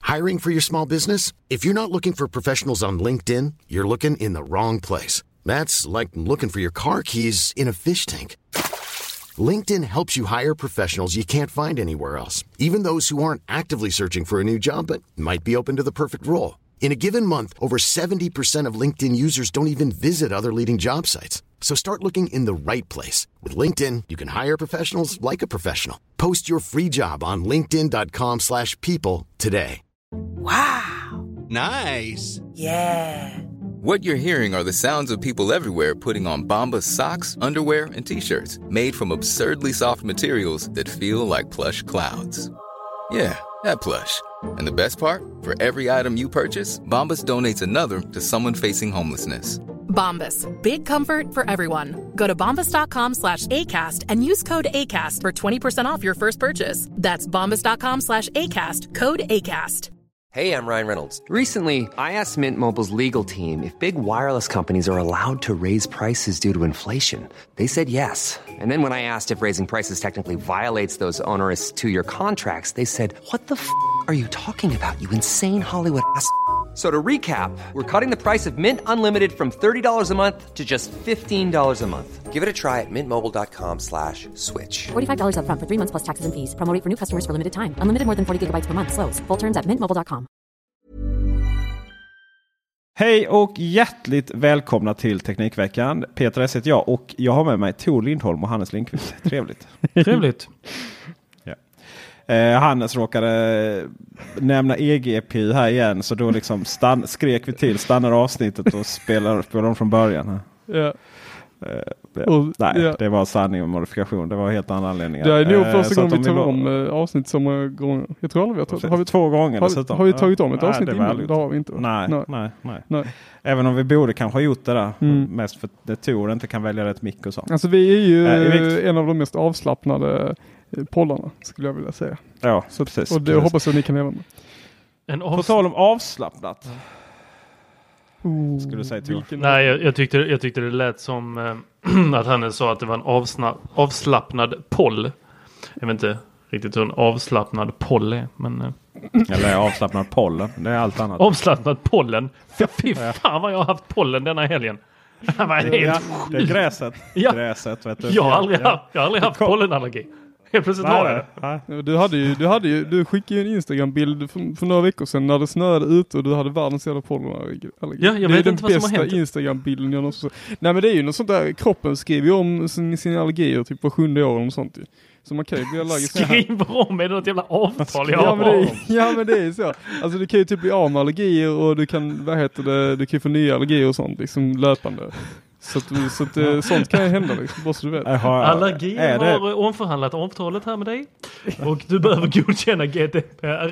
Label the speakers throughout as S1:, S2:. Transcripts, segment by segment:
S1: Hiring for your small business? If you're not looking for professionals on LinkedIn, you're looking in the wrong place. That's like looking for your car keys in a fish tank. LinkedIn helps you hire professionals you can't find anywhere else, even those who aren't actively searching for a new job but might be open to the perfect role. In a given month, over 70% of LinkedIn users don't even visit other leading job sites. So start looking in the right place. With LinkedIn, you can hire professionals like a professional. Post your free job on linkedin.com/people today.
S2: Wow.
S3: Nice.
S2: Yeah.
S4: What you're hearing are the sounds of people everywhere putting on Bombas socks, underwear, and T-shirts made from absurdly soft materials that feel like plush clouds. Yeah, that plush. And the best part? For every item you purchase, Bombas donates another to someone facing homelessness.
S5: Bombas. Big comfort for everyone. Go to bombas.com/ACAST and use code ACAST for 20% off your first purchase. That's bombas.com/ACAST. Code ACAST.
S6: Hey, I'm Ryan Reynolds. Recently, I asked Mint Mobile's legal team if big wireless companies are allowed to raise prices due to inflation. They said yes. And then when I asked if raising prices technically violates those onerous two-year contracts, they said, "What the f*** are you talking about, you insane Hollywood ass?" So to recap, we're cutting the price of Mint Unlimited from $30 a month to just $15 a month. Give it a try at mintmobile.com/switch.
S7: $45 up front for 3 months plus taxes and fees. Promo rate for new customers for limited time. Unlimited more than 40 gigabytes per month. Slows full terms at mintmobile.com.
S8: Hej och hjärtligt välkomna till Teknikveckan. Peter S heter jag och jag har med mig Tor Lindholm och Hannes Lindqvist. Trevligt.
S9: Trevligt.
S8: Hannes råkade nämna EGPU här igen, så då liksom skrek vi till, stannar avsnittet och spelar dem från början.
S9: Ja.
S8: Det var sanning och modifikation. Det var helt andra anledningar.
S9: Det är nog första gången vi tar om avsnitt så många gånger. Jag tror aldrig vi har tagit
S8: 2 gånger.
S9: Har vi tagit om ett avsnitt innan?
S8: Det
S9: har vi inte.
S8: Nej. Även om vi borde kanske ha gjort det där. Mest för att Tor inte kan välja rätt mick och så.
S9: Alltså vi är ju en av de mest avslappnade pollarna, skulle jag vilja säga.
S8: Ja,
S9: så,
S8: precis.
S9: Och det hoppas jag ni kan leva med.
S8: På tal om avslappnat. Skulle du säga till?
S10: Nej, jag tyckte det lät som att han sa att det var en avslappnad poll. Jag vet inte riktigt hur en avslappnad poll är, men...
S8: Eller avslappnad pollen, det är allt annat.
S10: Avslappnad pollen? Fy fan vad jag har haft pollen denna helgen. Det
S8: är gräset.
S10: Ja.
S8: Gräset, vet du.
S10: Jag har aldrig haft pollenallergi. Helt plötsligt har
S9: jag. Du skickade ju en Instagram-bild för några veckor sedan när det snöade ut och du hade världens jävla pollenallergi.
S10: Ja, jag vet inte vad som har hänt.
S9: Det är den bästa Instagram-bilden jag någonsin. Nej, men det är ju något sånt där, kroppen skriver ju om sina allergier typ på 7:e år och sånt ju. Så man kan ju bli allergisk.
S10: Skriver om, är det något jävla avtal jag
S9: har? Men det är så. Alltså du kan ju typ bli av med allergier och du kan, du kan ju få nya allergier och sånt liksom löpande. Så att sånt kan ju hända liksom, bara så du vet.
S10: Allergier har omförhandlat avtalet här med dig och du behöver godkänna GDPR.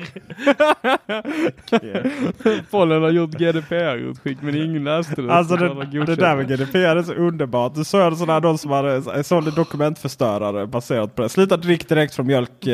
S9: Pollen har gjort GDPR-utskick men ingen läste det.
S8: Alltså det där med GDPR är så underbart. Du såg sådana här de som hade sån dokumentförstörare baserat på det. Sluta drick direkt från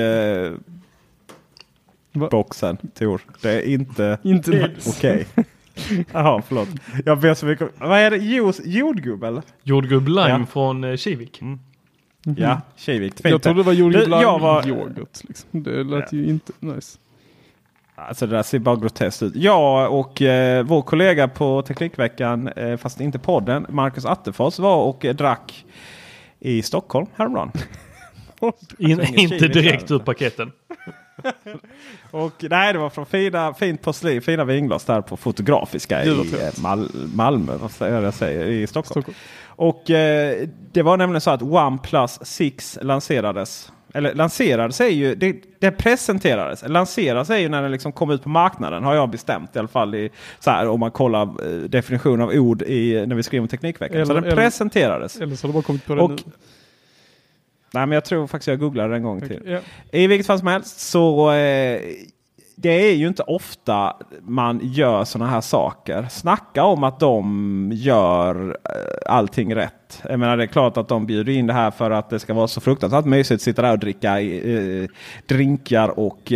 S8: mjölkboxen, Tor. Det är inte okej. Jaha, förlåt. Jag vet så mycket. Vad är det? Jordgubb eller?
S10: Jordgubb lime från Kivik.
S8: Ja, Kivik.
S9: Jag trodde det var jordgubb lime yoghurt. Liksom. Det lät ju inte nice.
S8: Alltså det där ser bara groteskt ut. Jag och vår kollega på Teknikveckan, fast inte podden, Marcus Attefors, var och drack i Stockholm häromdagen.
S10: Inte direkt ur paketen.
S8: Och nej, det var från fint porslin, fina vinglas där på Fotografiska i Malmö, vad säger i Stockholm. Och det var nämligen så att OnePlus 6 lanserades. Eller lanserades är ju, det presenterades. Lanserades är ju när den liksom kom ut på marknaden, har jag bestämt i alla fall så här, om man kollar definition av ord när vi skriver om Teknikveckan. Så den presenterades.
S9: Eller så har det bara kommit på den nu.
S8: Nej, men jag tror faktiskt jag googlade en gång till. Yeah. I vilket fall som helst så det är ju inte ofta man gör såna här saker. Snacka om att de gör allting rätt. Jag menar, det är klart att de bjuder in det här för att det ska vara så fruktansvärt mysigt att sitta där och dricka drinkar och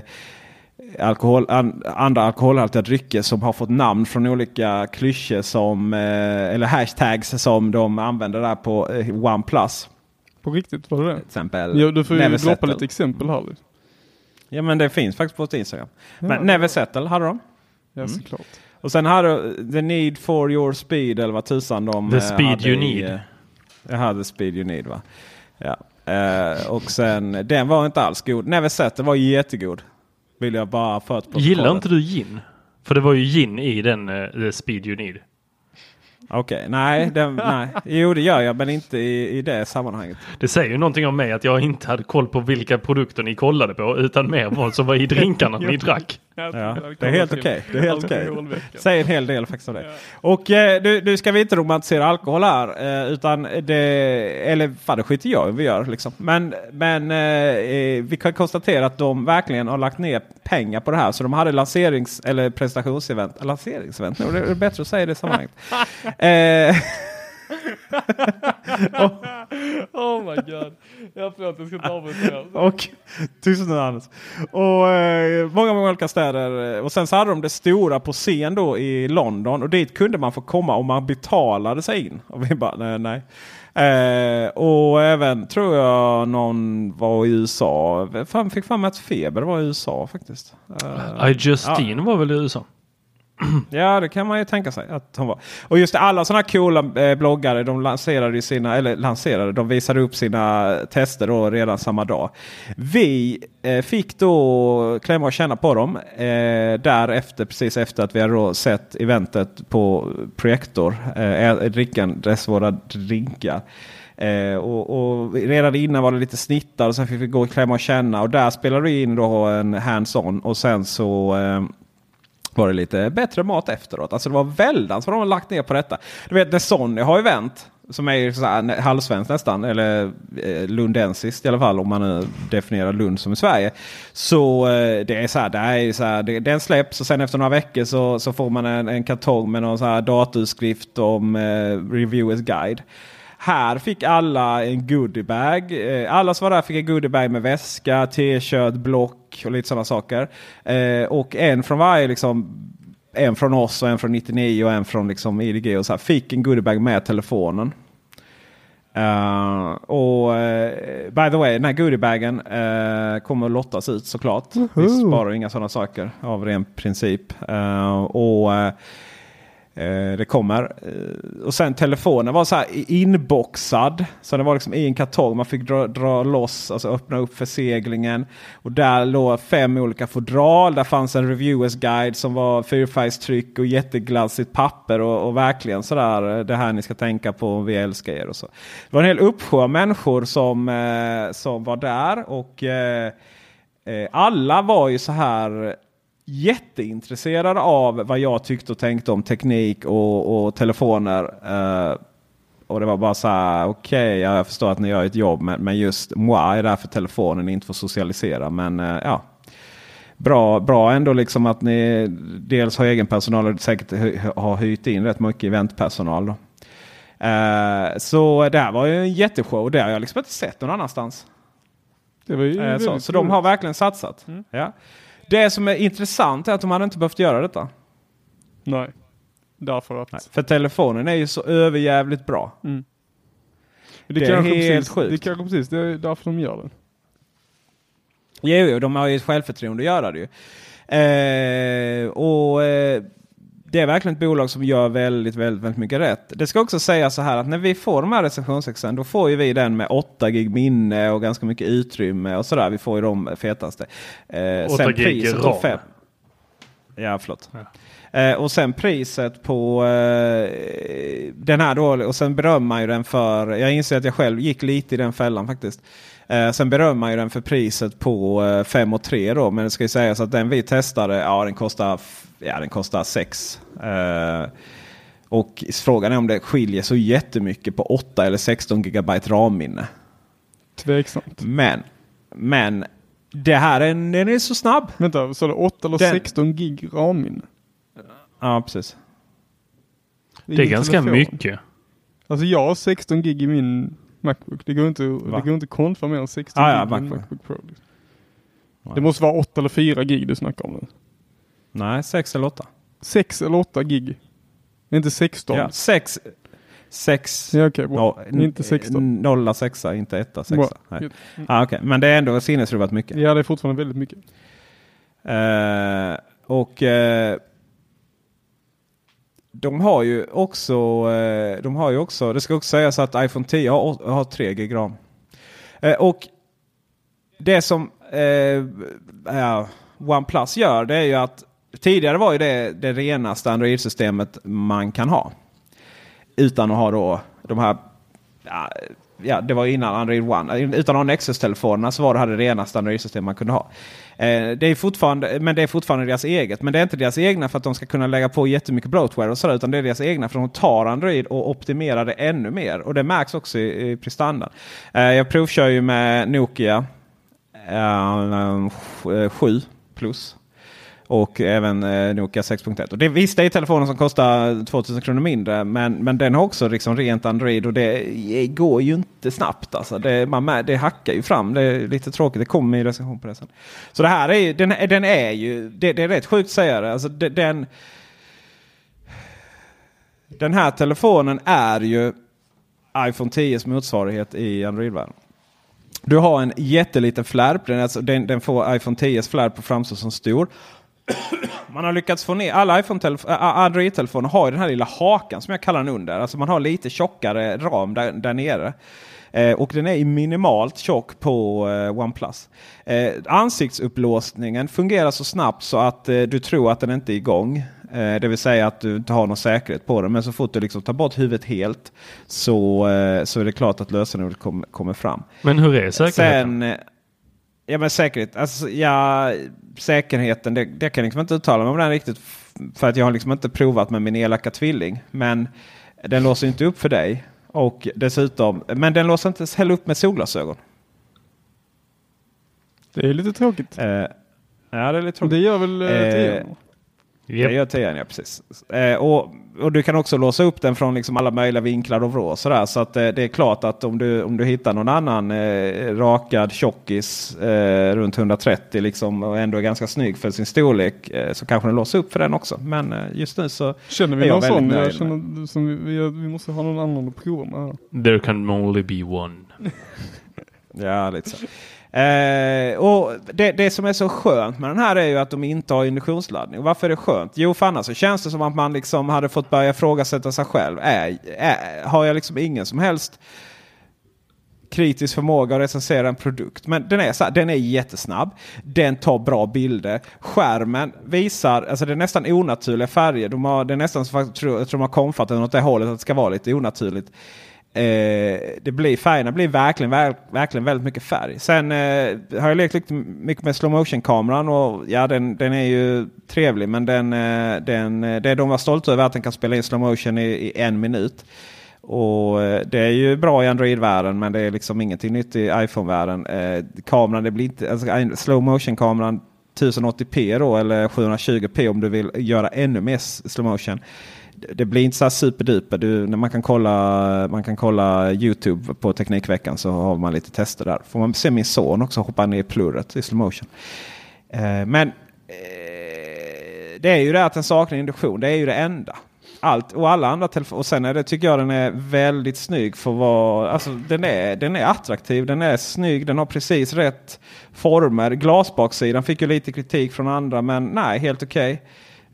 S8: andra alkoholhaltiga drycker som har fått namn från olika klyschor som eller hashtags som de använder där på OnePlus.
S9: På riktigt, var det?
S8: Exempel.
S9: Ja, du får ju droppa lite exempel här.
S8: Ja, men det finns faktiskt på Instagram. Men Never Settle hade de.
S9: Ja, såklart.
S8: Och sen hade The Need for Your Speed, eller vad tusan de
S10: The Speed You Need.
S8: Jag hade Speed You Need, va? Ja. Och sen, den var inte alls god. Never Settle var jättegod. Vill jag bara för att
S10: gillar inte du gin? För det var ju gin i den The Speed You Need.
S8: Okej, nej. Jo, det gör jag, men inte i det sammanhanget.
S10: Det säger ju någonting om mig att jag inte hade koll på vilka produkter ni kollade på, utan mer vad som var i drinkarna ni drack.
S8: Ja, det är helt okej. Det är helt okej. Säg en hel del faktiskt av det. Och du ska vi inte romantisera alkohol här, utan eller fan, det skiter jag vi gör liksom. Men vi kan konstatera att de verkligen har lagt ner pengar på det här, så de hade eller presentationsevent, det är bättre att säga det i sammanhanget.
S9: Oh my god. Jag tror att jag ska ta av mig.
S8: Och tusen annat. Och många olika städer. Och sen så hade de det stora på scen då i London. Och dit kunde man få komma om man betalade sig in. Och vi bara, nej. Och även tror jag någon var i USA. Fick fan med att Feber var i USA faktiskt.
S10: Justine var väl i USA?
S8: Ja, det kan man ju tänka sig att hon var. Och just alla sådana coola bloggare, de visade upp sina tester då redan samma dag. Vi fick då klämma och känna på dem därefter, precis efter att vi hade då sett eventet på Projektor, drickandes våra drinkar. Och redan innan var det lite snittar och sen fick vi gå och klämma och känna, och där spelade vi in då en hands-on, och sen så var det lite bättre mat efteråt. Alltså det var väldans vad de har lagt ner på detta. Du vet, när Sonny har event, som är så här halvsvensk nästan, eller lundensiskt i alla fall, om man definierar Lund som i Sverige. Så det är så här, den släpps, och sen efter några veckor så får man en kartong med någon så här datorskrift om Reviewers Guide. Här fick alla en goodiebag. Alla som var där fick en goodiebag med väska, t-shirt, block och lite sådana saker. Och en från varje liksom, en från oss och en från 99 och en från liksom IDG och så här, fick en goodiebag med telefonen. By the way, den här goodiebagen kommer att lottas ut såklart. Vi sparar inga sådana saker av ren princip. Det kommer. Och sen telefonen var så här inboxad. Så det var liksom i en kartong. Man fick dra loss, alltså öppna upp förseglingen. Och där låg 5 olika fodral. Där fanns en reviewers guide som var 4-färgstryck och jätteglansigt papper. Och verkligen sådär, det här ni ska tänka på om vi älskar er och så. Det var en hel uppsjö av människor som var där. Och alla var ju så här jätteintresserad av vad jag tyckte och tänkte om teknik och telefoner. Och det var bara så här, okej, jag förstår att ni gör ett jobb, men just moi är där för telefonen, inte för att socialisera. Men ja, bra ändå liksom att ni dels har egen personal och säkert har hyrt in rätt mycket eventpersonal då. Så det här var ju en jätteshow. Det har jag liksom inte sett någon annanstans.
S9: Det var ju
S8: så de har verkligen satsat. Ja. Det som är intressant är att de hade inte behövt göra detta.
S9: Nej. Därför att...
S8: Nej, för telefonen är ju så överjävligt bra.
S9: Mm.
S8: Det är helt sjukt.
S9: Det är kanske precis. Det är därför de gör det.
S8: Jo, de har ju ett självförtroende att göra det ju. Det är verkligen ett bolag som gör väldigt, väldigt, väldigt mycket rätt. Det ska också säga så här att när vi får de här recensionsexen, då får ju vi den med 8 gig minne och ganska mycket utrymme och sådär. Vi får ju de fetaste.
S10: 8 gig RAM.
S8: Ja, förlåt. Ja. Och sen priset på den här då, och sen berömmer man ju den för, jag inser att jag själv gick lite i den fällan faktiskt. Sen berömmer man ju den för priset på 5 och 3 då, men det ska ju sägas att den vi testade, den kostar 6. Och frågan är om det skiljer så jättemycket på 8 eller 16 gigabyte RAM-minne.
S9: Tveksamt.
S8: Men det här den är så snabb.
S9: Vänta, så är det 8 eller 16 gig RAM-minne?
S8: Ja, precis.
S10: Det är ganska telefon. Mycket.
S9: Alltså jag har 16 gig i min MacBook. Det går inte kontra mer än 16 gig i MacBook Pro. Ja. Det måste vara 8 eller 4 gig du snackar om nu.
S8: Nej, 6 eller 8.
S9: 6 eller 8 gig. Inte 16.
S8: Ja, 6.
S9: Ja, okej, bra. Inte 16.
S8: 0, 6, inte 1, 6. Nej. Okej. Men det är ändå sinnesrubbat mycket.
S9: Ja, det är fortfarande väldigt mycket.
S8: De har ju också, det ska också sägas att iPhone 10 har 3 GB RAM. Och det som OnePlus gör, det är ju att tidigare var ju det renaste Android-systemet man kan ha. Utan att ha då de här, det var innan Android One. Utan att ha Nexus-telefonerna så var det renaste Android-system man kunde ha. Det är fortfarande deras eget. Men det är inte deras egna för att de ska kunna lägga på jättemycket bloatware och sådär. Utan det är deras egna för att de tar Android och optimerar det ännu mer. Och det märks också i prestandan. Jag provkör ju med Nokia 7 Plus. Och även Nokia 6.1. Och det visst, det är telefonen som kostar 2000 kronor mindre. Men den har också liksom rent Android. Och det går ju inte snabbt. Alltså. Det hackar ju fram. Det är lite tråkigt. Det kommer i recension på det sen. Så det här är, den är ju... Det är rätt sjukt att säga det. Alltså, den här telefonen är ju iPhone 10s motsvarighet i Android-världen. Du har en jätteliten flärp. Den får iPhone 10s flärp på framstå som stor. Man har lyckats få ner alla Android-telefoner har ju den här lilla hakan som jag kallar den under. Alltså man har lite tjockare ram där nere. Och den är minimalt tjock på OnePlus. Ansiktsupplåsningen fungerar så snabbt så att du tror att den inte är igång. Det vill säga att du inte har någon säkerhet på den. Men så fort du liksom tar bort huvudet helt så är det klart att lösenordet kommer fram.
S10: Men hur är säkerheten?
S8: Men säkerhet. Alltså, säkerheten, det kan jag liksom inte uttala mig om den riktigt. För att jag har liksom inte provat med min elaka tvilling. Men den låser inte upp för dig. Och dessutom, men den låser inte heller upp med solglasögon.
S9: Det är lite tråkigt.
S8: Ja, det är lite tråkigt.
S9: Det gör väl 10.
S8: Det gör 10, ja, precis. Och du kan också låsa upp den från liksom alla möjliga vinklar och vrå. Så att det är klart att om du hittar någon annan rakad tjockis runt 130 liksom, och ändå är ganska snygg för sin storlek så kanske den låser upp för den också. Men just nu så
S9: känner vi någon sån. Jag känner som vi måste ha någon annan att prova med här.
S10: There can only be one.
S8: Ja, lite så. Och det som är så skönt med den här är ju att de inte har induktionsladdning. Varför är det skönt? Jo, för annars så känns det som att man liksom hade fått börja ifrågasätta sig själv. Har jag liksom ingen som helst kritisk förmåga att recensera en produkt? Men den är jättesnabb. Den tar bra bilder. Skärmen visar, alltså det är nästan onaturliga färger. Det är nästan som jag tror de har komfat åt det hållet att det ska vara lite onaturligt. Färgerna blir verkligen väldigt mycket färg. Sen har jag lekt lite mycket med slow motion kameran och ja, den är ju trevlig, men det de var stolta över att den kan spela in slow motion i 1 minut. Och det är ju bra i Android-världen, men det är liksom ingenting nytt i iPhone-världen. Kameran, det blir inte, alltså, slow motion kameran 1080p då, eller 720p om du vill göra ännu mer slow motion. Det blir inte så här superduper. När man kan kolla YouTube på Teknikveckan så har man lite tester där. Får man se min son också hoppa ner i plurret i slow motion. Men det är ju det att den saknar induktion. Det är ju det enda. Allt och alla andra telefoner. Och sen tycker jag den är väldigt snygg för vad, alltså den är attraktiv, den är snygg, den har precis rätt former. Glasbaksidan fick ju lite kritik från andra, men nej, helt okej.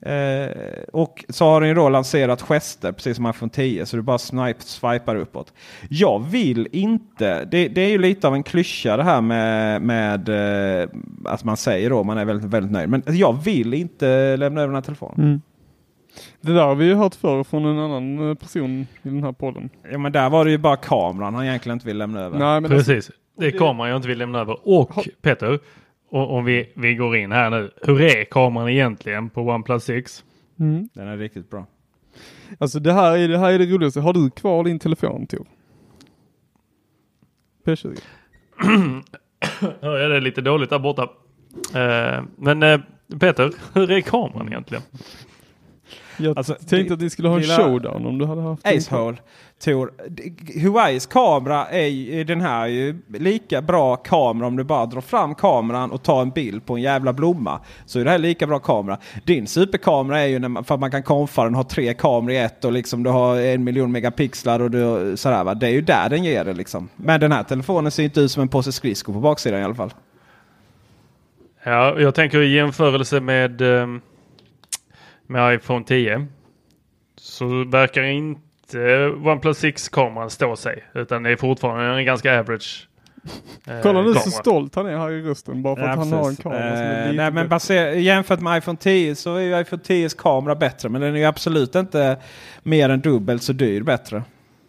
S8: Och så har den ju då lanserat gester precis som iPhone 10, så du bara swipar uppåt. Jag vill inte, det är ju lite av en klyscha det här med att man säger då man är väldigt, väldigt nöjd, men jag vill inte lämna över den här telefonen.
S9: Det där har vi ju hört förr från en annan person i den här podden.
S8: Ja, men där var det ju bara kameran han egentligen inte vill lämna över.
S9: Nej, men
S10: precis, det är kameran jag inte vill lämna över. Och Peter, och om vi går in här nu. Hur är kameran egentligen på OnePlus 6?
S8: Den är riktigt bra.
S9: Alltså det här är det roligaste. Har du kvar din telefon, Tor? P20.
S10: Hör jag det lite dåligt där borta. Men Peter, hur är kameran egentligen?
S9: Jag tänkte att ni skulle ha en showdown om du hade haft
S8: Acehole. Huawei's kamera är den här ju lika bra kamera om du bara drar fram kameran och tar en bild på en jävla blomma. Så är det här lika bra kamera. Din superkamera är ju för att man kan konfa den, ha 3 kameror i ett och liksom du har 1 miljon megapixlar och du sådär va. Det är ju där den ger det liksom. Men den här telefonen ser inte ut som en påse skridskor på baksidan i alla fall.
S10: Ja, jag tänker i jämförelse med iPhone 10 så verkar inte OnePlus 6-kameran stå sig. Utan det är fortfarande en ganska average
S9: Kolla nu
S10: kamera.
S9: så stolt han är här i rösten bara för att han har en kamera som är lite
S8: nej, men jämfört med iPhone 10 så är ju iPhone 10s kamera bättre. Men den är ju absolut inte mer än dubbelt så dyr bättre.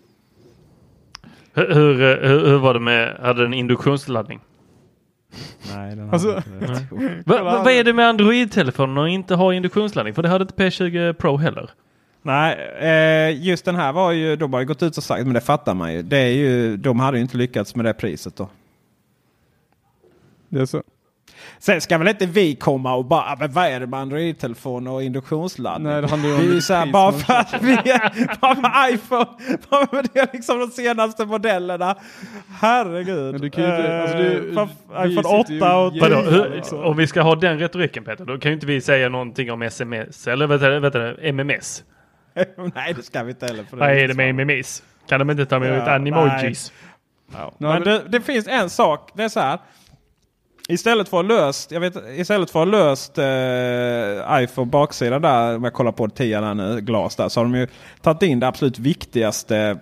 S10: Hur var det med, hade den induktionsladdning?
S8: Nej, den
S9: alltså,
S10: Vad är det med Android-telefoner och inte ha induktionsladdning? För det hade inte P20 Pro heller.
S8: Nej, just den här var ju, de har ju gått ut och sagt, men det fattar man ju. Det är ju, de hade ju inte lyckats med det priset då.
S9: Det är så.
S8: Sen ska väl inte vi komma och bara, men vad är det med Android-telefon och induktionsladdning?
S9: Nej, det handlar ju om
S8: det är ju så här, bara för att vi är, bara för iPhone, bara för det är liksom de senaste modellerna. Herregud.
S9: Men du kan ju inte, alltså
S8: iPhone 8 och 10.
S10: Liksom. Om vi ska ha den retoriken, Peter, då kan ju inte vi säga någonting om SMS eller vet du, MMS.
S8: Nej, det ska vi inte heller.
S10: Vad är det med MMS? Kan de inte ta med ut animojis?
S8: Ja. Men det finns en sak, det är så här. Istället för att ha löst iPhone baksida där, om jag kollar på 10 där nu, glas där, så har de ju tagit in det absolut viktigaste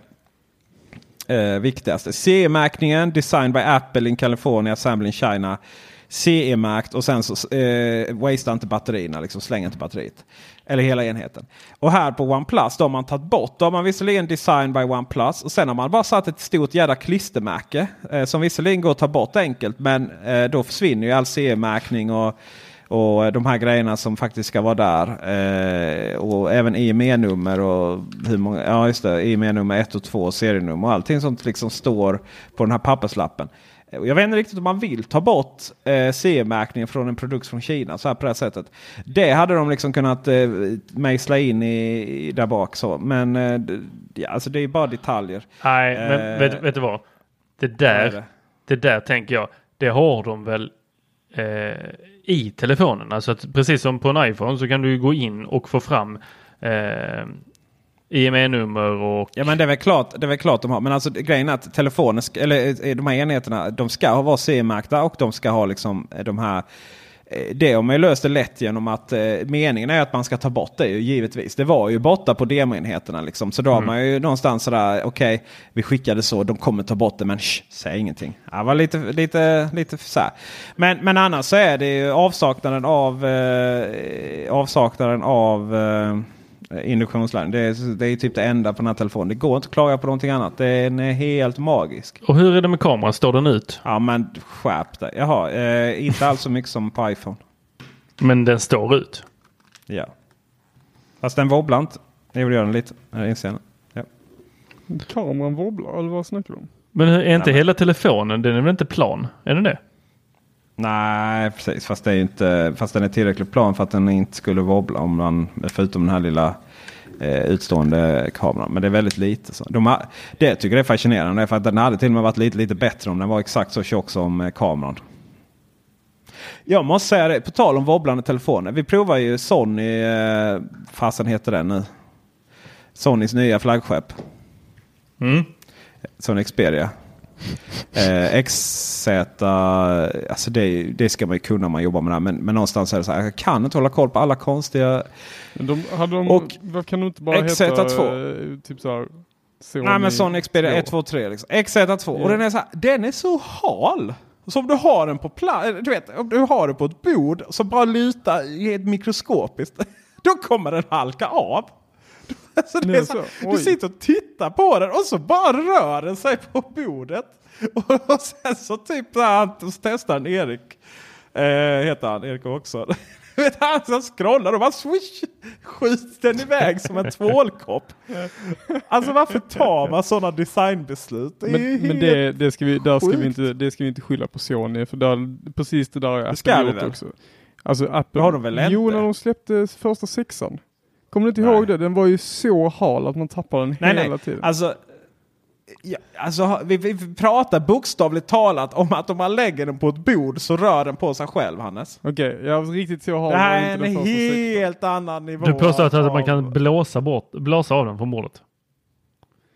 S8: CE-märkningen, Designed by Apple in California, Assembled in China, CE-märkt och sen så wastear inte batterierna, liksom slänger inte batteriet. Eller hela enheten. Och här på OnePlus, då har man tagit bort. Då har man visserligen Designed by OnePlus. Och sen har man bara satt ett stort jävla klistermärke. Som visserligen går att ta bort enkelt. Men då försvinner ju all CE-märkning och de här grejerna som faktiskt ska vara där. Och även IME-nummer och hur många, ja just det, IME-nummer 1 och 2, serienummer och allting sånt liksom står på den här papperslappen. Jag vet inte riktigt om man vill ta bort CE-märkningen från en produkt från Kina så här på det här sättet. Det hade de liksom kunnat mejsla in i där bak så. Men ja, alltså det är bara detaljer.
S10: Nej, men vet du vad? Det där tänker jag, det har de väl i telefonen. Alltså att precis som på en iPhone så kan du gå in och få fram IME-nummer och... Ja, men
S8: det är väl klart de har. Men alltså grejen är att telefonen, eller de här enheterna, de ska vara CE-märkta och de ska ha liksom de här... Det har man ju löst det lätt genom att meningen är att man ska ta bort det ju, givetvis. Det var ju borta på demoenheterna liksom. Så då har man ju någonstans sådär, okej, vi skickade så, de kommer ta bort det, men säg ingenting. Det var lite så här. Men annars så är det ju avsaknaden av induktionsladdning. Det är typ det enda på den här telefonen. Det går inte att klaga på någonting annat. Den är helt magisk.
S10: Och hur är det med kameran? Står den ut?
S8: Ja, men skärp dig. Jaha, inte alls så mycket som på iPhone.
S10: Men den står ut?
S8: Ja. Fast den wobblar inte. Det gjorde jag den lite. Ja.
S9: Kameran wobblar, eller vad snackar du om?
S10: Men är inte hela telefonen, den är väl inte plan? Är den det?
S8: Nej, precis. Fast den är tillräckligt plan för att den inte skulle wobbla om man, förutom den här lilla utstående kameran. Men det är väldigt lite så. Det tycker jag är fascinerande för att den hade till och med varit lite bättre om den var exakt så tjock som kameran. Jag måste säga det, på tal om wobblande telefoner. Vi provar ju Sony, fasen heter den nu. Sonys nya flaggskepp. Sony Xperia. XZ, alltså det ska man ju kunna om man jobbar med det här, men någonstans är det så här, jag kan inte hålla koll på alla konstiga.
S9: Men vad kan du inte bara
S8: XZ2
S9: typ så här Sony.
S8: Nej, men Sony Xperia 1, 2, 3 liksom. XZ2 och den är så här, den är så hal. Som du har den på du vet, om du har den på ett bord så bara luta helt mikroskopiskt. Då kommer den halka av. Alltså det är så, du sitter och tittar på den och så bara rör den sig på bordet. Och sen så typ så testar Erik. Heter han Erik också. Vet han som scrollar och bara swish, skjuts den iväg som en tvålkopp. Alltså varför tar man sådana designbeslut?
S9: Men det ska vi inte skylla på Sony, för precis det där är Apple gjort också. Alltså Apple
S8: har de väl inte?
S9: Jo, när de släppte första 6:an. Kommer du inte ihåg det? Den var ju så hal att man tappar den hela tiden.
S8: Alltså vi pratar bokstavligt talat om att om man lägger den på ett bord så rör den på sig själv, Hannes.
S9: Okej, jag var riktigt så hal.
S8: Det här är en helt annan nivå.
S10: Du påstår att man kan blåsa av den från bordet?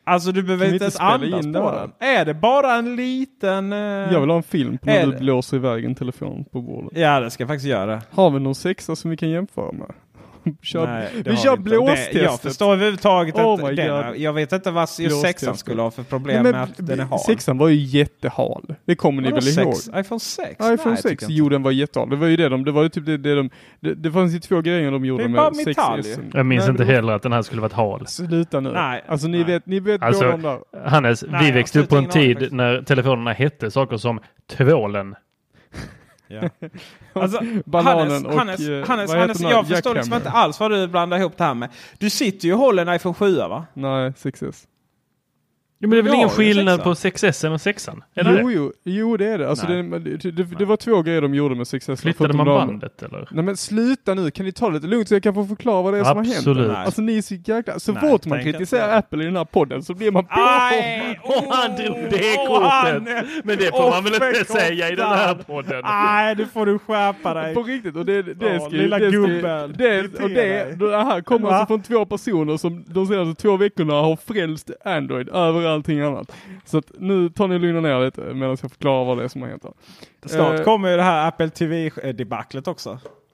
S8: Alltså du behöver inte ens andas på den. Är det bara en liten...
S9: Jag vill ha en film på när du blåser iväg en telefon på bordet.
S8: Ja, det ska jag faktiskt göra.
S9: Har vi någon sexa som vi kan jämföra med? Vi kör blåstestet.
S8: Jag förstår överhuvudtaget inte. Jag vet inte vad just sexan skulle ha för problem med att den är hal.
S9: Sexan var ju jättehal. Det kommer ni väl ihåg?
S8: iPhone 6?
S9: iPhone 6, jo den var jättehal. Det var ju det var ju typ det fanns ju 2 grejer de gjorde med 6S.
S10: Jag minns inte heller att den här skulle varit hal.
S9: Sluta nu.
S8: Nej.
S9: Alltså ni vet
S10: alltså,
S9: båda de där.
S10: Hannes, vi växte upp på en tid när telefonerna hette saker som tvålen.
S8: Ja. Alltså,
S9: bananen
S8: Hannes, jag förstår liksom inte alls vad du blandar ihop det här med. Du sitter ju och håller en iPhone 7, va?
S9: Nej, 6S.
S10: Jo, men det är väl ingen skillnad på 6S och 6an?
S9: Jo, det är det. Alltså det var 2 grejer de gjorde med 6S.
S10: Flyttade man bandet eller?
S9: Nej, men sluta nu. Kan ni ta det lite lugnt så jag kan få förklara vad det är som har hänt?
S10: Absolut.
S9: Alltså ni är så jäkla... Så fort man kritiserar Apple i den här podden så blir man på.
S10: Han drog det kortet. Men det får man väl inte säga i den här podden.
S8: Nej, det får du skärpa dig.
S9: På riktigt. Och det
S8: lilla gubben.
S9: Det här kommer alltså från 2 personer som de senaste 2 veckorna har frälst Android över allting annat. Så att nu tar ni lugna ner lite medan jag förklarar vad det är som har hänt.
S8: Snart kommer ju det här Apple TV-debaclet också.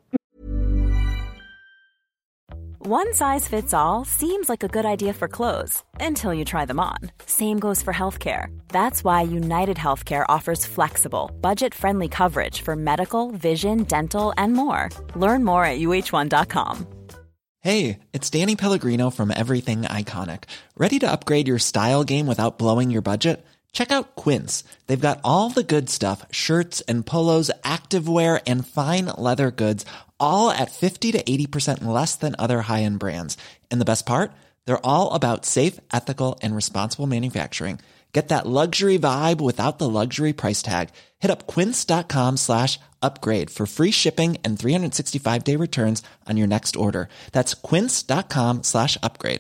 S2: One size fits all seems like a good idea for clothes until you try them on. Same goes for healthcare. That's why United Healthcare offers flexible, budget-friendly coverage for medical, vision, dental, and more. Learn more at uh1.com.
S3: Hey, it's Danny Pellegrino from Everything Iconic. Ready to upgrade your style game without blowing your budget? Check out Quince. They've got all the good stuff, shirts and polos, activewear, and fine leather goods, all at 50 to 80% less than other high-end brands. And the best part? They're all about safe, ethical, and responsible manufacturing. Get that luxury vibe without the luxury price tag. Hit up quince.com/upgrade for free shipping and 365-day returns on your next order. That's quince.com/upgrade.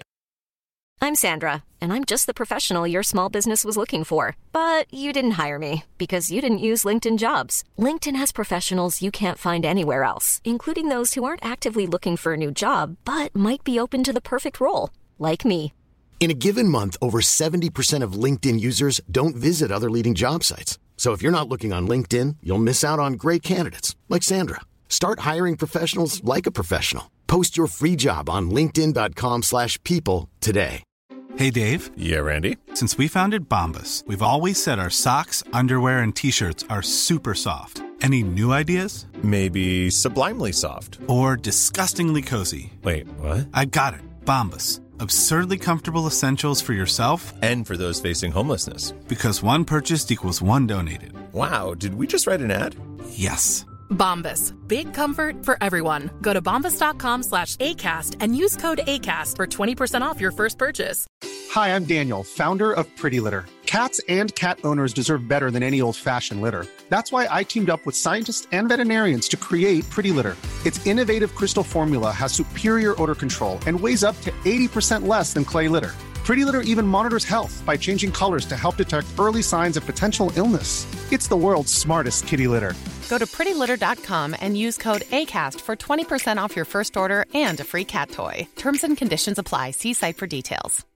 S11: I'm Sandra, and I'm just the professional your small business was looking for. But you didn't hire me because you didn't use LinkedIn Jobs. LinkedIn has professionals you can't find anywhere else, including those who aren't actively looking for a new job, but might be open to the perfect role, like me.
S1: In a given month, over 70% of LinkedIn users don't visit other leading job sites. So if you're not looking on LinkedIn, you'll miss out on great candidates like Sandra. Start hiring professionals like a professional. Post your free job on linkedin.com/people today.
S12: Hey, Dave.
S13: Yeah, Randy.
S12: Since we founded Bombas, we've always said our socks, underwear, and T-shirts are super soft. Any new ideas?
S13: Maybe sublimely soft.
S12: Or disgustingly cozy.
S13: Wait, what?
S12: I got it. Bombas. Absurdly comfortable essentials for yourself
S13: and for those facing homelessness.
S12: Because one purchased equals one donated.
S13: Wow, did we just write an ad?
S12: Yes.
S5: Bombas. Big comfort for everyone. Go to bombas.com/ACAST and use code ACAST for 20% off your first purchase.
S14: Hi, I'm Daniel, founder of Pretty Litter. Cats and cat owners deserve better than any old-fashioned litter. That's why I teamed up with scientists and veterinarians to create Pretty Litter. Its innovative crystal formula has superior odor control and weighs up to 80% less than clay litter. Pretty Litter even monitors health by changing colors to help detect early signs of potential illness. It's the world's smartest kitty litter.
S15: Go to prettylitter.com and use code ACAST for 20% off your first order and a free cat toy. Terms and conditions apply. See site for details.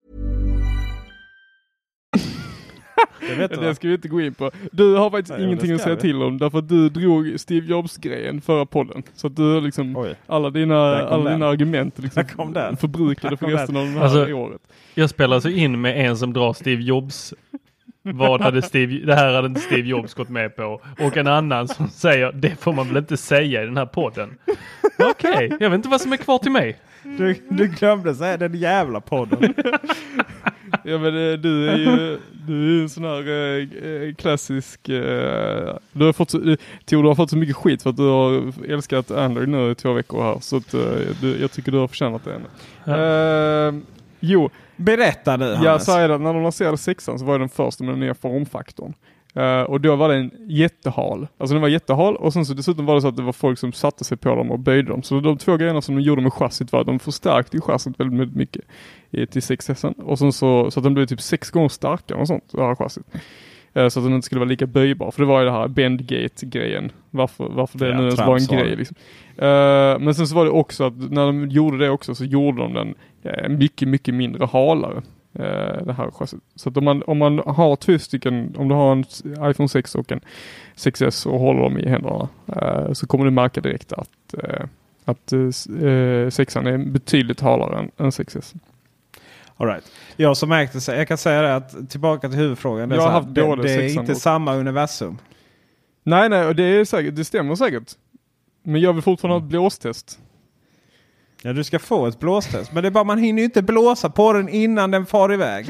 S9: Det ska vi inte gå in på. Du har faktiskt ingenting att säga till om därför att du drog Steve Jobs-grejen förra podden. Så att du liksom alla dina argument liksom förbrukade för resten av det här året.
S10: Jag spelar alltså in med en som drar Steve Jobs. Det här hade inte Steve Jobs gått med på. Och en annan som säger det får man väl inte säga i den här podden. Okej, jag vet inte vad som är kvar till mig.
S8: Du glömde säga den jävla podden.
S9: Ja, men du är ju en sån här klassisk du har fått så mycket skit för att du har älskat Android nu i 2 veckor här så att, jag tycker du har förtjänat det ännu. Jo,
S8: berätta du, Hannes.
S9: Jag sa att när de lanserade 6an så var det den första med den nya formfaktorn. Och då var den jättehal. Alltså den var jättehal och sen så dessutom var det så att det var folk som satte sig på dem och böjde dem. Så de 2 grejerna som de gjorde med chassit var att de förstärkte chassit väldigt mycket till 6S. Och sen så att den blev typ 6 gånger starkare och sånt, det här chassit. Så att den inte skulle vara lika böjbar. För det var ju det här bendgate-grejen. Varför det nu ens var en grej liksom. Men sen så var det också att när de gjorde det också så gjorde de den mycket, mycket mindre halare. det här chassit. Så att om man har 2 stycken, om du har en iPhone 6 och en 6S och håller dem i händerna, så kommer du märka direkt att 6an är betydligt halare än 6S.
S8: All right. Jag som märkte sig, jag kan säga det att tillbaka till huvudfrågan. Det är inte samma universum. Nej, och det stämmer säkert. Men jag vill fortfarande ha ett blåstest. Ja, du ska få ett blåstest. Men det är bara, man hinner ju inte blåsa på den innan den far iväg.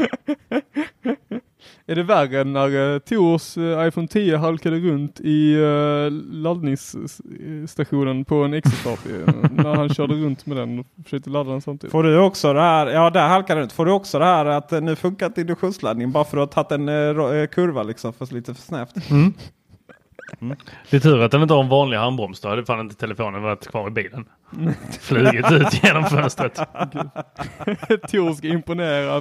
S8: Är det värre än när Tors iPhone 10 halkade runt i laddningsstationen på en X-start när han körde runt med den och försökte ladda den samtidigt? Får du också det här, ja där halkade den ut. Får du också det här att nu funkar inte induktionsladdningen bara för att du har tagit en kurva liksom för lite för snävt?
S10: Mm. Det är tur att den inte har en vanlig handbroms. Då hade fan inte telefonen varit kvar i bilen. Flugit ut genom fönstret.
S9: Tor ska imponera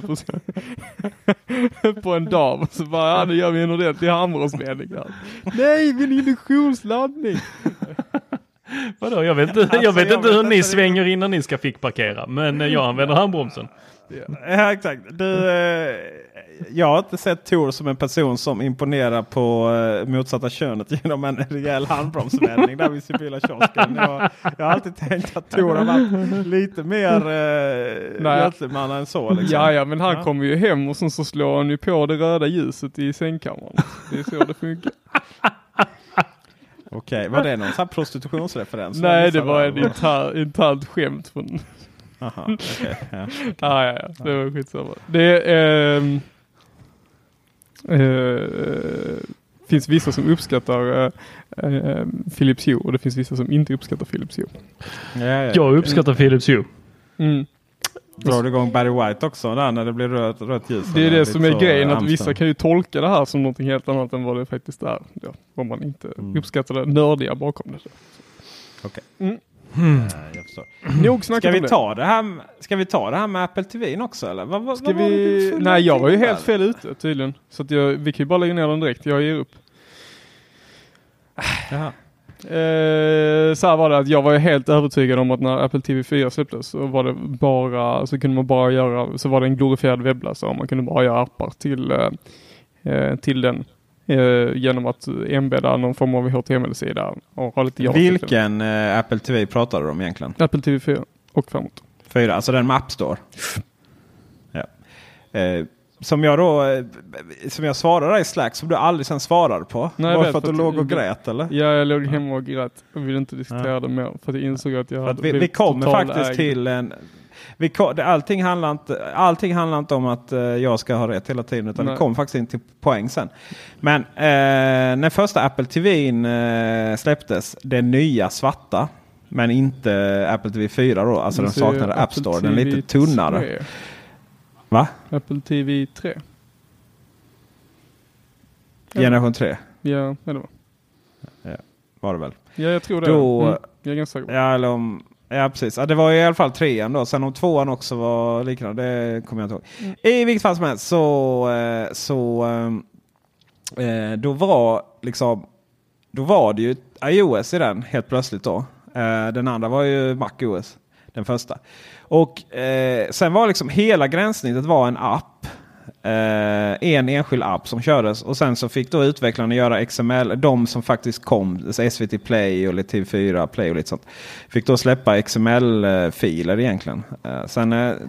S9: på en dam. Så bara, nu gör vi en ordentlig handbromsledning där. Nej, min induktionsladdning.
S10: Vadå? Jag vet inte hur ni svänger innan ni ska fick parkera. Men jag använder handbromsen.
S8: Ja, exakt. Jag har inte sett Tor som en person som imponerar på motsatta könet genom en rejäl handbromsvändning där vid Sibylla kiosken. Jag har alltid tänkt att Tor har varit lite mer hjälteman än så. Liksom.
S9: Ja, men han kommer ju hem och så slår han ju på det röda ljuset i sängkammaren. Det är så det funkar.
S8: Okej, var det någon sån här prostitutionsreferens?
S9: Nej, det var en internt skämt från...
S8: Aha, okay. Ja.
S9: Ja. Det var skitsamma. Det finns vissa som uppskattar Philips Hue och det finns vissa som inte uppskattar Philips Hue.
S8: Ja.
S10: Jag uppskattar Philips Hue.
S8: Drar du igång Barry White också där när det blir rött ljus?
S9: Det är det som är grejen, att vissa kan ju tolka det här som något helt annat än vad det faktiskt är. Ja, om man inte uppskattar det nördiga bakom det.
S8: Okej. Jag förstår. Ska vi ta det här med Apple TV också eller?
S9: Nej, jag var ju helt fel ute tydligen. Så att vi kan ju bara lägga ner den direkt. Jag ger upp.
S8: Jaha.
S9: Så här var det att jag var ju helt övertygad om att när Apple TV 4 släpptes så var det bara, så kunde man bara göra, så var det en glorifierad webbläsare och man kunde bara göra appar till den. Genom att embedda någon form av HTML-sida och ha lite
S8: Vilken Apple TV pratar du om egentligen?
S9: Apple TV 4 och framåt.
S8: 4, alltså den med App Store. Ja. Som jag svarade i Slack som du aldrig sen svarade på.
S9: Nej,
S8: var för att du låg och grät eller?
S9: Ja, jag låg hemma och grät och ville inte diskutera det mer för att jag insåg att jag hade
S8: vi kommer faktiskt till en... Allting handlar inte om att jag ska ha rätt hela tiden utan vi kommer faktiskt in till poäng sen. Men när första Apple TV släpptes, det nya svarta, men inte Apple TV 4 då, alltså den saknade App Store, den är lite tunnare.
S9: 3.
S8: Va?
S9: Apple TV 3.
S8: Generation 3?
S9: Ja, det var.
S8: Ja, var det väl?
S9: Ja, jag tror det.
S8: Då,
S9: jag är ganska säker.
S8: Ja, eller om... Ja, precis. Ja, det var i alla fall 3an då. Sen om 2an också var liknande, det kommer jag inte ihåg. I vilket fall som helst då var det ju iOS i den helt plötsligt då. Den andra var ju macOS, den första. Och sen var liksom hela gränssnittet var en app. En enskild app som kördes och sen så fick då utvecklarna göra XML, de som faktiskt kom, SVT Play och lite TV4 Play och lite sånt, fick då släppa XML-filer egentligen. Sen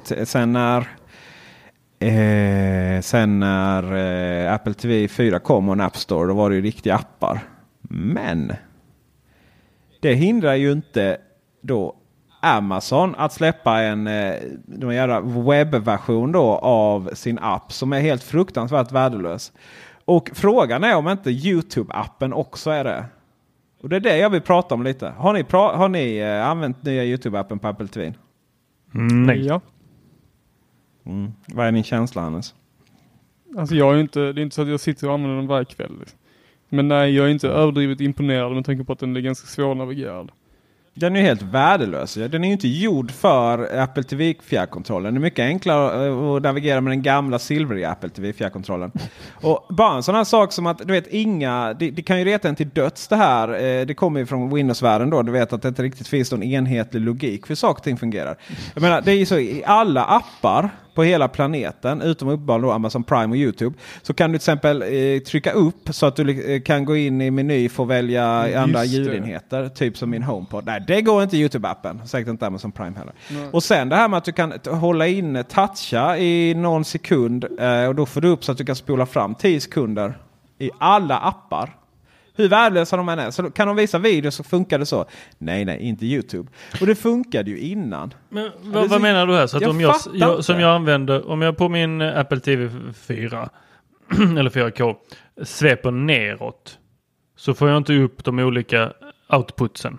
S8: när Apple TV 4 kom och en App Store, då var det ju riktiga appar. Men det hindrar ju inte då Amazon att släppa en webbversion då av sin app som är helt fruktansvärt värdelös. Och frågan är om inte YouTube-appen också är det. Och det är det jag vill prata om lite. Har ni använt nya YouTube-appen på Apple TV?
S10: Nej.
S9: Ja.
S8: Vad är din känsla, Hannes?
S9: Alltså det är inte så att jag sitter och använder den varje kväll. Liksom. Men nej, jag är inte överdrivet imponerad med tanke på att den är ganska svårnavigerad. Den
S8: är ju helt värdelös. Den är ju inte gjord för Apple TV fjärrkontrollen. Det är mycket enklare att navigera med den gamla silveriga Apple TV fjärrkontrollen. Och bara en sån här sak som att du vet det kan ju reta en till döds det här. Det kommer ju från Windows-världen då. Du vet att det inte riktigt finns någon enhetlig logik för saker och ting fungerar. Jag menar, det är ju så i alla appar på hela planeten, utom uppenbarligen då Amazon Prime och YouTube, så kan du till exempel trycka upp så att du kan gå in i meny och välja andra ljudenheter, typ som min HomePod. Nej, det går inte i YouTube-appen, säkert inte Amazon Prime heller. Nej. Och sen det här med att du kan hålla in, toucha i någon sekund och då får du upp så att du kan spola fram 10 sekunder i alla appar. Hur värdelösa de än är. Så kan de visa videos så funkar det så. Nej, inte YouTube. Och det funkade ju innan. Men
S10: vad menar du här? Så att jag använder, om jag på min Apple TV 4 eller 4K sveper neråt, så får jag inte upp de olika outputsen.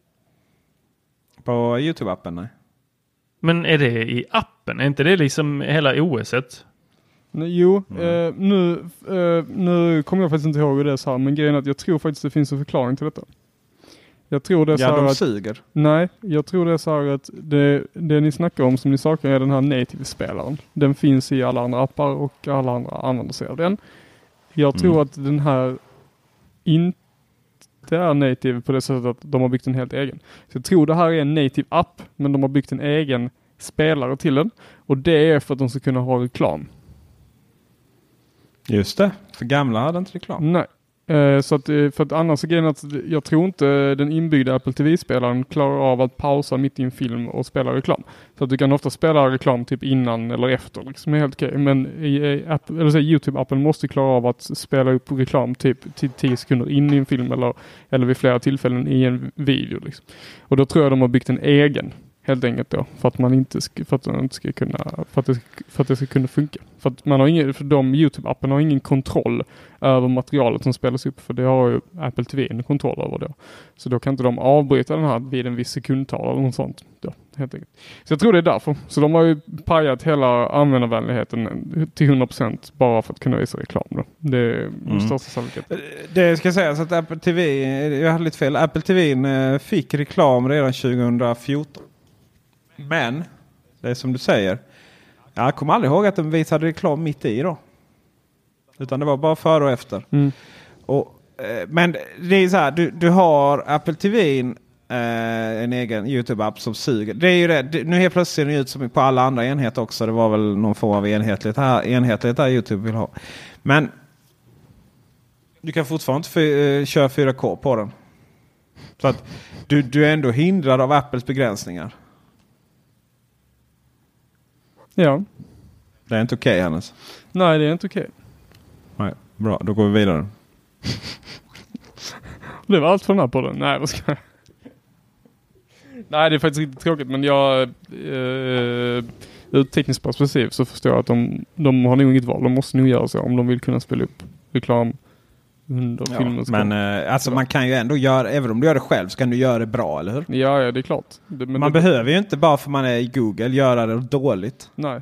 S8: På YouTube-appen, nej.
S10: Men är det i appen? Är inte det liksom hela OS-et?
S9: Jo, nu kommer jag faktiskt inte ihåg hur det är så här, men grejen är att jag tror faktiskt det finns en förklaring till detta. Jag tror det är så här
S8: de suger.
S9: Nej, jag tror det är så här att det ni snackar om som ni saknar är den här native-spelaren. Den finns i alla andra appar och alla andra använder sig av den. Jag tror att den här inte är native på det sättet att de har byggt en helt egen. Så jag tror det här är en native app, men de har byggt en egen spelare till den. Och det är för att de ska kunna ha reklam.
S8: Just det, för gamla hade inte reklam.
S9: Nej, så att, för att annars är grejen att jag tror inte den inbyggda Apple TV-spelaren klarar av att pausa mitt i en film och spela reklam. Så att du kan ofta spela reklam typ innan eller efter, liksom är helt okej. Men YouTube-appen måste klara av att spela upp reklam typ till 10 sekunder in i en film eller vid flera tillfällen i en video. Liksom. Och då tror jag de har byggt en egen. Helt enkelt då, för att det ska kunna funka. För att man har YouTube-appen har ingen kontroll över materialet som spelas upp, för det har ju Apple TV en kontroll över det. Så då kan inte de avbryta den här vid en viss sekundtal eller något sånt då, helt enkelt. Så jag tror det är därför. Så de har ju pajat hela användarvänligheten till 100% bara för att kunna visa reklam då. Det är största sannolikhet.
S8: Det ska sägas att Apple TV, jag hade lite fel, Apple TV fick reklam redan 2014. Men, det är som du säger, jag kommer aldrig ihåg att de visade reklam mitt i då. Utan det var bara före och efter. Men det är så här, du har Apple TV en egen YouTube-app som suger. Det är ju det. Nu helt plötsligt ser det ut som på alla andra enheter också. Det var väl någon form av enhetlighet här YouTube vill ha. Men du kan fortfarande inte köra 4K på den. Så att du är ändå hindrad av Apples begränsningar.
S9: Ja.
S8: Det är inte okej, Hannes.
S9: Nej, det är inte okej.
S8: Nej, bra. Då går vi vidare.
S9: Det var allt för den här podden. Nej, vad ska jag... Nej, det är faktiskt riktigt tråkigt, men jag ur tekniskt perspektiv så förstår jag att de har nog inget val. De måste nog göra så om de vill kunna spela upp reklam under filmen.
S8: Men alltså man kan ju ändå göra, även om du gör det själv så kan du göra det bra, eller hur?
S9: Ja, det är klart.
S8: Man behöver ju inte bara för man är i Google göra det dåligt.
S9: Nej.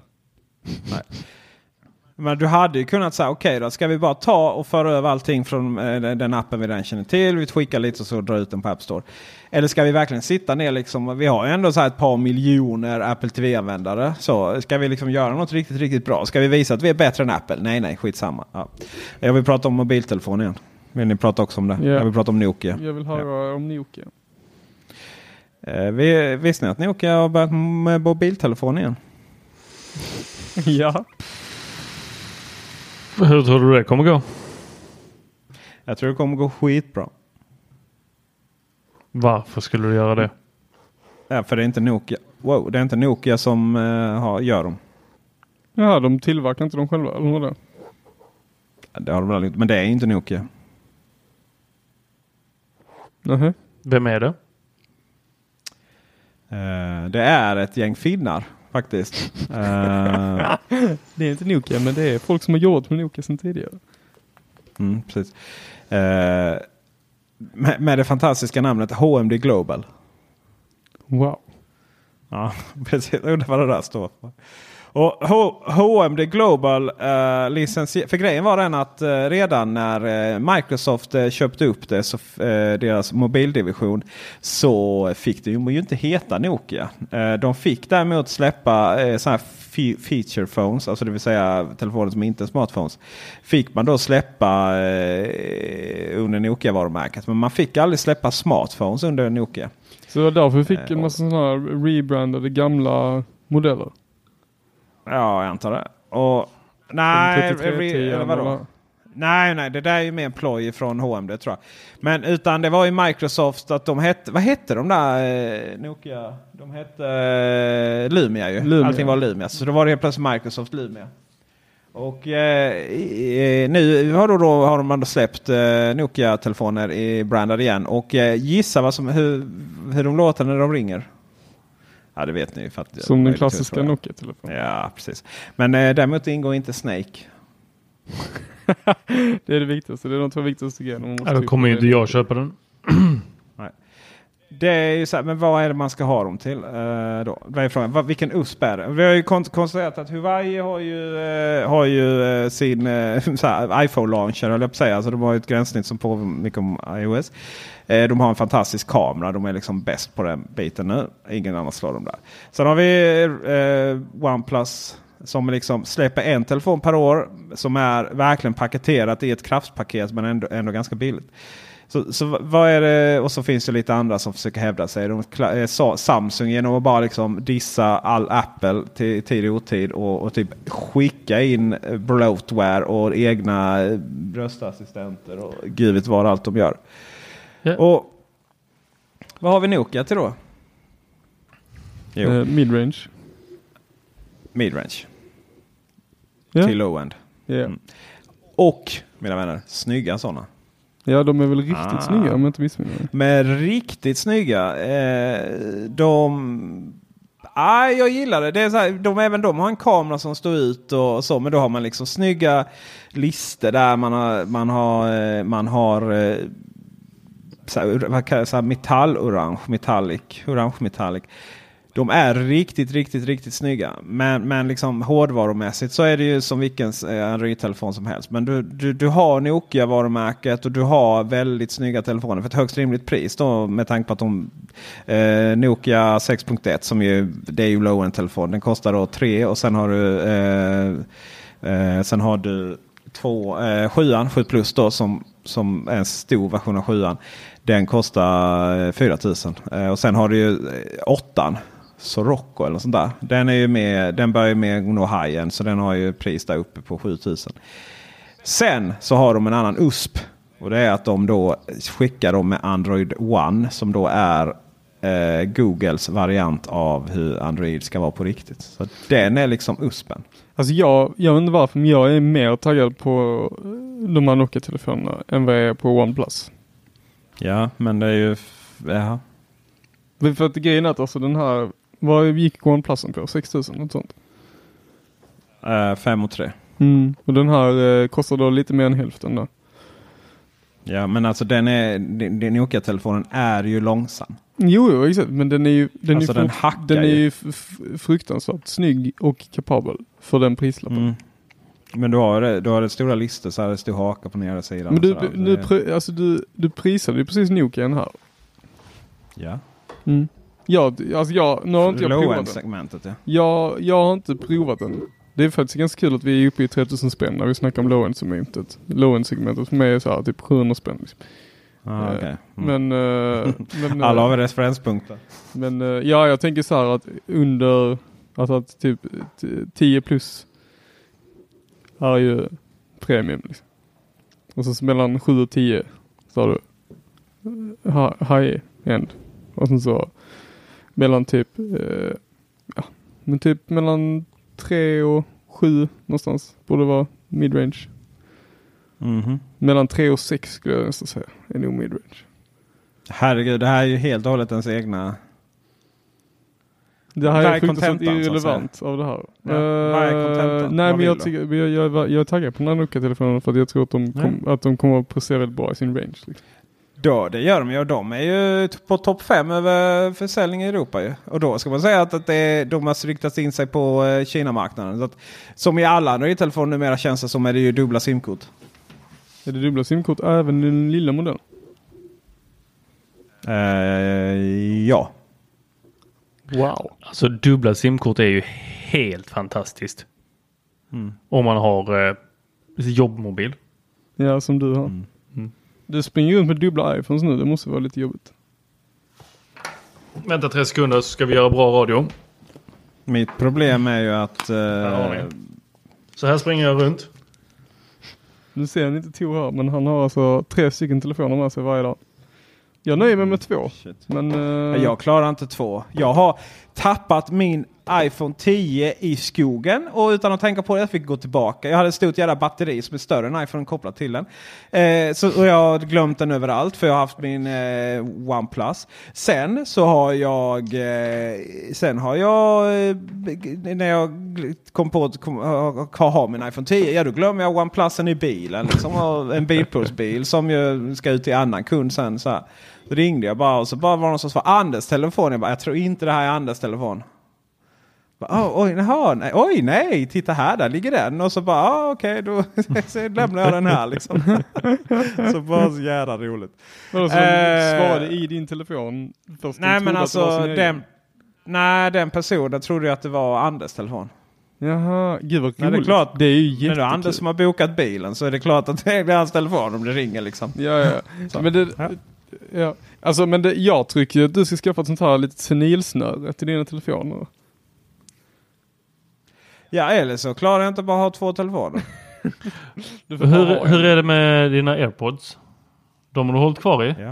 S8: Men du hade ju kunnat säga okej då, ska vi bara ta och föra över allting från den appen vi redan känner till, vi skickar lite och så drar ut den på App Store. Eller ska vi verkligen sitta ner liksom, vi har ju ändå så här ett par miljoner Apple TV-användare, så ska vi liksom göra något riktigt, riktigt bra? Ska vi visa att vi är bättre än Apple? Nej, skitsamma. Ja. Jag vill prata om mobiltelefon igen. Vill ni prata också om det?
S9: Yeah.
S8: Jag vill prata om Nokia.
S9: Jag vill höra om Nokia.
S8: Visste ni att Nokia har börjat med mobiltelefon igen?
S9: Ja.
S10: Hur tror du det kommer gå?
S8: Jag tror det kommer gå skitbra.
S10: Varför skulle du göra det?
S8: Ja, för det är inte Nokia. Det är inte Nokia som gör dem.
S9: Ja, de tillverkar inte dem själva, eller vad det?
S8: Det har de väl inte, men det är inte Nokia.
S9: Uh-huh.
S10: Vem är det?
S8: Det är ett gäng finnar. Faktiskt.
S9: Det är inte Nokia, men det är folk som har jobbat med Nokia sedan tidigare.
S8: Precis. Med det fantastiska namnet HMD Global.
S9: Wow.
S8: Ja, precis. Jag undrar vad det där står för. Och HMD Global för grejen var den att redan när Microsoft köpte upp det, så deras mobildivision, så fick det ju inte heta Nokia. De fick däremot släppa så här feature phones, alltså det vill säga telefoner som inte är smartphones, fick man då släppa under Nokia-varumärket. Men man fick aldrig släppa smartphones under Nokia.
S9: Så därför fick en massa sådana här rebrandade gamla modeller.
S8: Ja, jag antar det. Och nej,
S9: 3310
S8: eller vadå? Nej, det där är ju mer en ploj från HMD tror jag. Men utan det var ju Microsoft att de hette, vad hette de där Nokia? De hette Lumia ju. Lumia. Allting var Lumia. Så då var det helt plötsligt Microsoft Lumia. Och nu har de släppt Nokia-telefoner i brandade igen. Och gissa hur de låter när de ringer. Ja, det vet ni ju.
S9: Som den klassiska Nokia-telefonen.
S8: Ja, precis. Men däremot ingår inte Snake.
S9: Det är det viktigaste. Det är de två viktigaste grejerna.
S10: Ja, då kommer ju inte jag köpa den.
S8: Nej. Det är ju så här, men vad är det man ska ha dem till då? Vad är frågan? Vilken USP är det? Vi har ju konstaterat att Huawei har ju sin iPhone-launcher, eller jag säga. Alltså de har ju ett gränssnitt som påminner mycket om iOS. De har en fantastisk kamera. De är liksom bäst på den biten nu. Ingen annan slår dem där. Sen har vi OnePlus som liksom släpper en telefon per år som är verkligen paketerat i ett kraftpaket men ändå ganska billigt. Så vad är det? Och så finns det lite andra som försöker hävda sig. Samsung genom att bara liksom dissa all Apple till tid och otid och typ skicka in bloatware och egna röstassistenter och gud vet vad allt de gör. Yeah. Och vad har vi Nokia till då?
S9: Midrange.
S8: Midrange.
S9: Yeah.
S8: Till low-end.
S9: Yeah.
S8: Mm. Och, mina vänner, snygga sådana.
S9: Ja, de är väl riktigt snygga om jag inte missminner mig.
S8: Men riktigt snygga. Jag gillar det. Det är så här, även de har en kamera som står ut och så. Men då har man liksom snygga lister där man har så här metallorange, metallic. De är riktigt snygga. Men liksom hårdvarumässigt så är det ju som vilken Android-telefon som helst. Men du har Nokia-varumärket och du har väldigt snygga telefoner för ett högst rimligt pris då, med tanke på att Nokia 6.1 som ju, det är ju low-end-telefon. Den kostar då 3 och sen har du 7 Plus då som är en stor version av 7. Den kostar 4 000. Och sen har du ju 8. Sirocco eller sånt där. Den börjar med nå high-end så den har ju pris där uppe på 7 000. Sen så har de en annan USP och det är att de då skickar dem med Android One som då är Googles variant av hur Android ska vara på riktigt. Så den är liksom USPen.
S9: Alltså jag vet inte varför, men jag är mer taggad på de här Nokia-telefonerna än vad jag är på OnePlus.
S8: Ja, men det är ju... Ja.
S9: För att grejen är att alltså den här... Vad gick OnePlusen på? 6 000, något sånt?
S8: 5 och 3.
S9: Och den här kostar då lite mer än hälften då.
S8: Ja, men alltså den Nokia-telefonen är ju långsam.
S9: Jo, exakt. Men den är ju... Den är ju fruktansvärt snygg och kapabel för den prislappen.
S8: Men du har det stora listor så här, det står haka på nedre sidan.
S9: Men du prisade ju precis Nokian här.
S8: Ja.
S9: Nu har inte jag provat den.
S8: Segmentet, ja.
S9: Jag har inte provat den. Det är faktiskt ganska kul att vi är uppe i 3000 spänn när vi snackar om low-end-segmentet. Low-end-segmentet för mig är så här typ 700 spänn. Liksom.
S8: Okay.
S9: Men
S8: alla har vi referenspunkter.
S9: Men jag tänker så här att under att typ 10 plus är ju premium liksom. Och så mellan 7 och 10 så har du high-end. Och sen så mellan typ typ mellan 3 och 7 någonstans borde vara midrange. Mellan 3 och 6 skulle jag nästan säga är nog midrange.
S8: Herregud, det här är ju helt och hållet ens egna...
S9: Det här är fruktansvärt irrelevant av det här.
S8: Vad är kontentan?
S9: Nej, men jag är taggad på den här Nokia-telefonen för att jag tror att de kommer att prestera väldigt bra i sin range. Liksom.
S8: Då, det gör de ju. De är ju på topp 5 över försäljning i Europa ju. Och då ska man säga att de har riktat in sig på Kina-marknaden. Så att, som i alla Android-telefoner numera känns det som är det ju dubbla simkort.
S9: Är det dubbla simkort även i den lilla modellen?
S8: Ja.
S9: Wow.
S10: Alltså dubbla simkort är ju helt fantastiskt. Om man har jobbmobil.
S9: Ja, som du har. Du springer runt med dubbla iPhones nu. Det måste vara lite jobbigt.
S10: Vänta 3 sekunder så ska vi göra bra radio.
S8: Mitt problem är ju att...
S10: Så här springer jag runt.
S9: Nu ser ni inte Tor här, men han har alltså 3 stycken telefoner med sig varje dag. Jag nöjer mig med 2. Men,
S8: jag klarar inte 2. Jag har tappat min iPhone 10 i skogen och utan att tänka på det jag fick gå tillbaka. Jag hade ett stort jävla batteri som är större än iPhone kopplat till den. Och jag har glömt den överallt för jag har haft min OnePlus. Sen har jag när jag kom på att ha min iPhone 10, då glömmer jag OnePlusen i bilen. Liksom, en bilprovsbil som ju ska ut till annan kund sen. Så ringde jag bara och så bara var någon som var Anders telefon. Jag tror inte det här är Anders telefon. Oj, nej, titta här, där ligger den. Och så bara, okej, då lämnar jag den här liksom. Så bara så jävla roligt.
S9: Men alltså, svarade i din telefon först?
S8: Nej, men alltså, den personen trodde jag att det var Anders telefon.
S9: Jaha, gud vad roligt.
S8: Det är klart,
S9: det är ju jättekul.
S8: När det är Anders som har bokat bilen så är det klart att det är hans telefon om det ringer liksom.
S9: Ja. Men alltså, jag tycker att du ska skaffa ett sånt här litet senilsnöre till dina telefoner.
S8: Ja, eller så klarar jag inte bara ha 2 telefoner.
S10: Hur är det med dina AirPods? De har du hållit kvar i?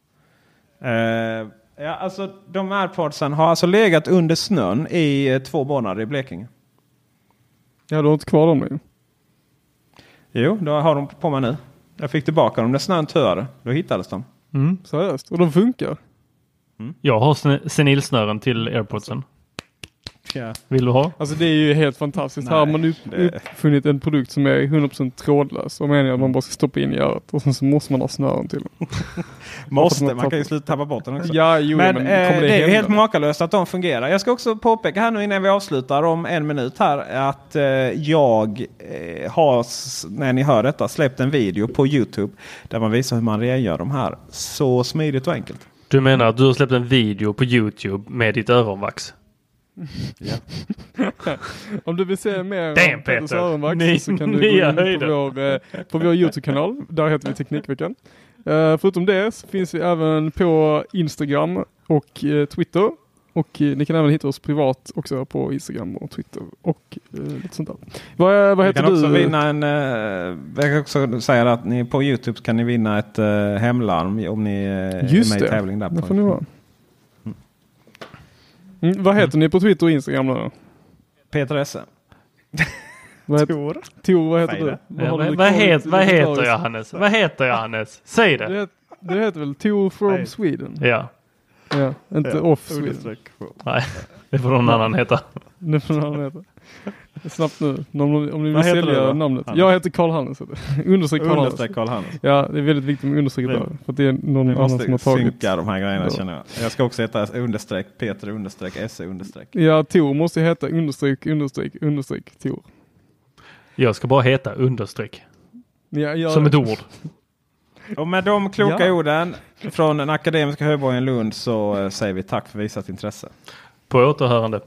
S8: Ja. Alltså de AirPodsen har alltså legat under snön i 2 månader i Blekinge.
S9: Ja, du har inte kvar dem nu?
S8: Jo, då har de på mig nu. Jag fick tillbaka dem när snön törde. Då hittades de.
S9: Seriöst? Och de funkar?
S10: Jag har senilsnören till AirPodsen.
S8: Ja.
S10: Vill du ha?
S9: Alltså det är ju helt fantastiskt. Här har man uppfunnit en produkt som är 100% trådlös. Och menar att man bara ska stoppa in i örat. Och sen så måste man ha snören till.
S8: Man kan ju sluta tappa bort den också.
S9: Ja, men
S8: det är helt makalöst att de fungerar. Jag ska också påpeka här nu innan vi avslutar om 1 minut här. Att jag har, när ni hör detta, släppt en video på YouTube. Där man visar hur man rengör de här. Så smidigt och enkelt.
S10: Du menar att du har släppt en video på YouTube med ditt öronvax?
S8: Ja.
S9: Om du vill se mer
S10: om
S9: Petters öronvax så kan du gå in på vår YouTube-kanal. Där heter vi Teknikveckan. Förutom det så finns vi även på Instagram och Twitter. Och ni kan även hitta oss privat också på Instagram och Twitter och lite sånt där. Vad heter du?
S8: Jag kan också säga att ni på YouTube kan ni vinna ett hemlarm om ni är med i tävling där.
S9: Det får ni vara. Vad heter ni på Twitter och Instagram då?
S8: Peter Esse.
S9: Tor, vad heter du?
S10: Vad heter jag, Hannes? Vad heter jag, Hannes? Säg det.
S9: Du heter väl Tor from Sweden?
S10: Ja.
S9: Ja, inte off Sweden.
S10: Nej, det får någon annan heta.
S9: Det får någon annan heta. Snabbt nu, om ni vill sälja namnet. Jag heter Karl Hannes. Understreck Karl Hannes. Ja, det är väldigt viktigt med understreck där. För det är någon annan som har tagit.
S8: Synka de här grejerna, känner jag. Jag ska också heta understreck Peter understreck SE understreck.
S9: Ja, Tor måste heta understreck Tor.
S10: Jag ska bara heta understreck.
S9: Ja,
S10: som ett ord.
S8: Och med de kloka orden från den akademiska högborgen Lund så säger vi tack för visat intresse.
S10: På återhörande.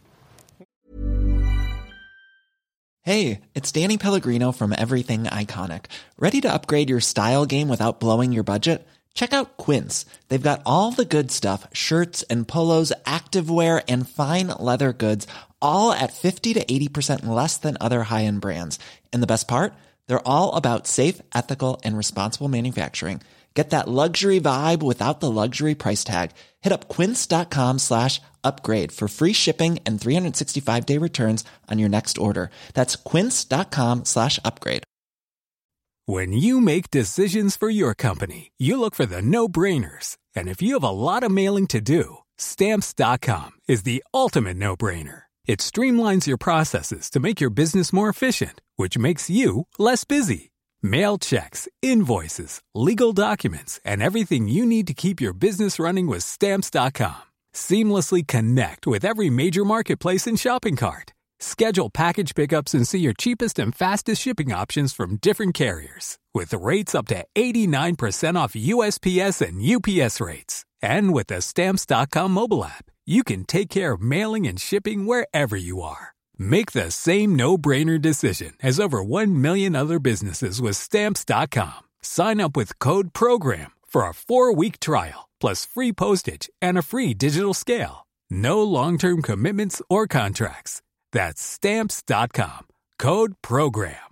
S3: Hey, it's Danny Pellegrino from Everything Iconic. Ready to upgrade your style game without blowing your budget? Check out Quince. They've got all the good stuff, shirts and polos, activewear and fine leather goods, all at 50 to 80% less than other high-end brands. And the best part? They're all about safe, ethical, and responsible manufacturing. Get that luxury vibe without the luxury price tag. Hit up quince.com/upgrade for free shipping and 365-day returns on your next order. That's quince.com/upgrade.
S16: When you make decisions for your company, you look for the no-brainers. And if you have a lot of mailing to do, Stamps.com is the ultimate no-brainer. It streamlines your processes to make your business more efficient, which makes you less busy. Mail checks, invoices, legal documents, and everything you need to keep your business running with Stamps.com. Seamlessly connect with every major marketplace and shopping cart. Schedule package pickups and see your cheapest and fastest shipping options from different carriers. With rates up to 89% off USPS and UPS rates. And with the Stamps.com mobile app, you can take care of mailing and shipping wherever you are. Make the same no-brainer decision as over 1 million other businesses with Stamps.com. Sign up with code PROGRAM for a 4-week trial, plus free postage and a free digital scale. No long-term commitments or contracts. That's Stamps.com. Code Program.